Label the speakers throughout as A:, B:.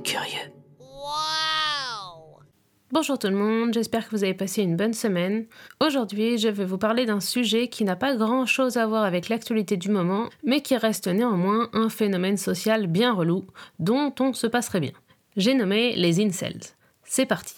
A: curieux.
B: Bonjour tout le monde, j'espère que vous avez passé une bonne semaine. Aujourd'hui, je vais vous parler d'un sujet qui n'a pas grand-chose à voir avec l'actualité du moment, mais qui reste néanmoins un phénomène social bien relou, dont on se passerait bien. J'ai nommé les incels. C'est parti.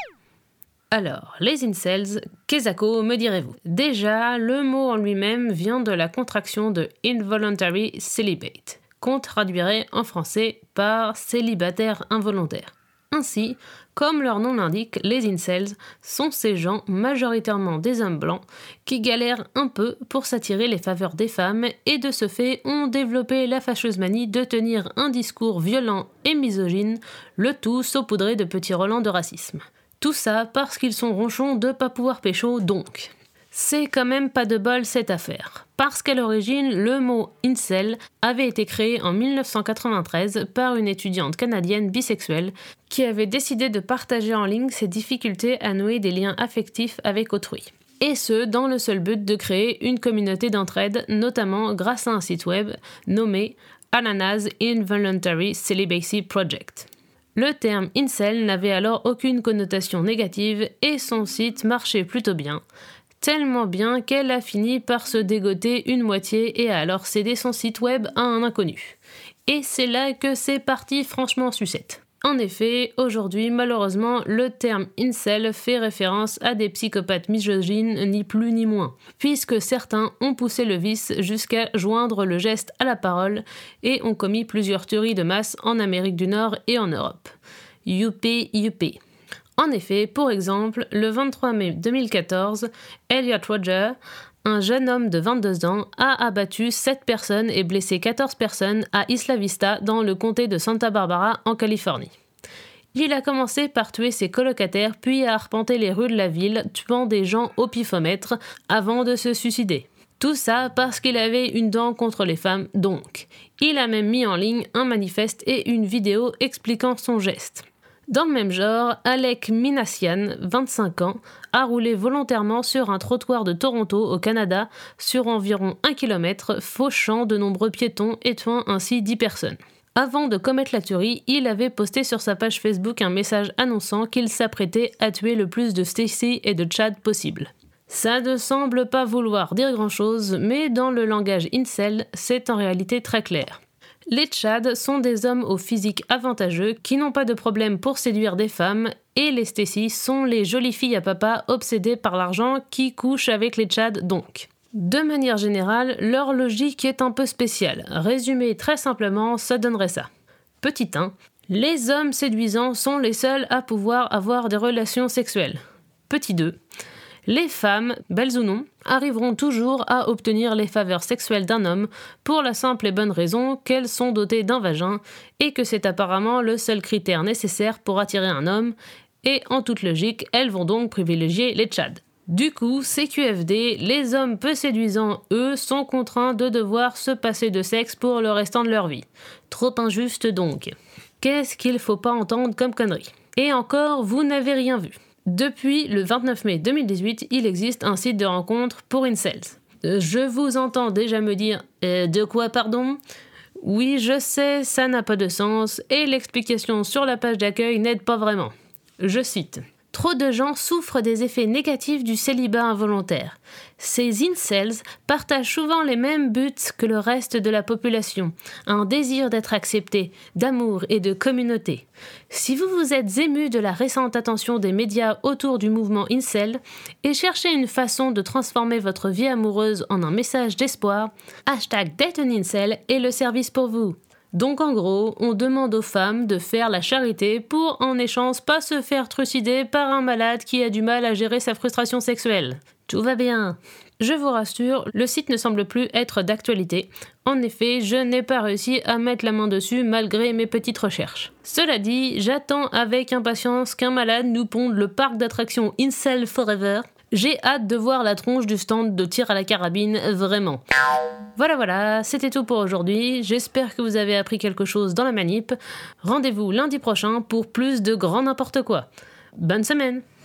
B: Alors, les incels, qu'est-ce me direz-vous? Déjà, le mot en lui-même vient de la contraction de involuntary celibate, qu'on traduirait en français par célibataire involontaire. Ainsi, comme leur nom l'indique, les incels sont ces gens, majoritairement des hommes blancs, qui galèrent un peu pour s'attirer les faveurs des femmes et de ce fait ont développé la fâcheuse manie de tenir un discours violent et misogyne, le tout saupoudré de petits relents de racisme. Tout ça parce qu'ils sont ronchons de pas pouvoir pécho donc. C'est quand même pas de bol cette affaire, parce qu'à l'origine, le mot « incel » avait été créé en 1993 par une étudiante canadienne bisexuelle qui avait décidé de partager en ligne ses difficultés à nouer des liens affectifs avec autrui. Et ce, dans le seul but de créer une communauté d'entraide, notamment grâce à un site web nommé Ananas Involuntary Celibacy Project. Le terme incel n'avait alors aucune connotation négative et son site marchait plutôt bien. Tellement bien qu'elle a fini par se dégoter une moitié et a alors cédé son site web à un inconnu. Et c'est là que c'est parti franchement en sucette. En effet, aujourd'hui, malheureusement, le terme incel fait référence à des psychopathes misogynes, ni plus ni moins, puisque certains ont poussé le vice jusqu'à joindre le geste à la parole et ont commis plusieurs tueries de masse en Amérique du Nord et en Europe. Youpi. En effet, pour exemple, le 23 mai 2014, Elliot Rodger, un jeune homme de 22 ans, a abattu 7 personnes et blessé 14 personnes à Isla Vista dans le comté de Santa Barbara en Californie. Il a commencé par tuer ses colocataires puis a arpenté les rues de la ville, tuant des gens au pifomètre avant de se suicider. Tout ça parce qu'il avait une dent contre les femmes, donc. Il a même mis en ligne un manifeste et une vidéo expliquant son geste. Dans le même genre, Alec Minassian, 25 ans, a roulé volontairement sur un trottoir de Toronto, au Canada, sur environ 1 km, fauchant de nombreux piétons et tuant ainsi 10 personnes. Avant de commettre la tuerie, il avait posté sur sa page Facebook un message annonçant qu'il s'apprêtait à tuer le plus de Stacy et de Chad possible. Ça ne semble pas vouloir dire grand-chose, mais dans le langage incel, c'est en réalité très clair. Les Chads sont des hommes au physique avantageux qui n'ont pas de problème pour séduire des femmes et les Stacy sont les jolies filles à papa obsédées par l'argent qui couchent avec les Chads donc. De manière générale, leur logique est un peu spéciale. Résumé très simplement, ça donnerait ça. Petit 1. Les hommes séduisants sont les seuls à pouvoir avoir des relations sexuelles. Petit 2. Les femmes, belles ou non, arriveront toujours à obtenir les faveurs sexuelles d'un homme pour la simple et bonne raison qu'elles sont dotées d'un vagin et que c'est apparemment le seul critère nécessaire pour attirer un homme et en toute logique, elles vont donc privilégier les Chads. Du coup, CQFD, les hommes peu séduisants, eux, sont contraints de devoir se passer de sexe pour le restant de leur vie. Trop injuste donc. Qu'est-ce qu'il faut pas entendre comme connerie? Et encore, vous n'avez rien vu. Depuis le 29 mai 2018, il existe un site de rencontre pour incels. Je vous entends déjà me dire « de quoi pardon ?» Oui, je sais, ça n'a pas de sens, et l'explication sur la page d'accueil n'aide pas vraiment. Je cite « Trop de gens souffrent des effets négatifs du célibat involontaire. Ces incels partagent souvent les mêmes buts que le reste de la population, un désir d'être accepté, d'amour et de communauté. Si vous vous êtes ému de la récente attention des médias autour du mouvement incel et cherchez une façon de transformer votre vie amoureuse en un message d'espoir, #DateAnIncel est le service pour vous. Donc en gros, on demande aux femmes de faire la charité pour en échange pas se faire trucider par un malade qui a du mal à gérer sa frustration sexuelle. Tout va bien. Je vous rassure, le site ne semble plus être d'actualité. En effet, je n'ai pas réussi à mettre la main dessus malgré mes petites recherches. Cela dit, j'attends avec impatience qu'un malade nous ponde le parc d'attractions Incel Forever. J'ai hâte de voir la tronche du stand de tir à la carabine, vraiment. Voilà, c'était tout pour aujourd'hui. J'espère que vous avez appris quelque chose dans la manip. Rendez-vous lundi prochain pour plus de grand n'importe quoi. Bonne semaine!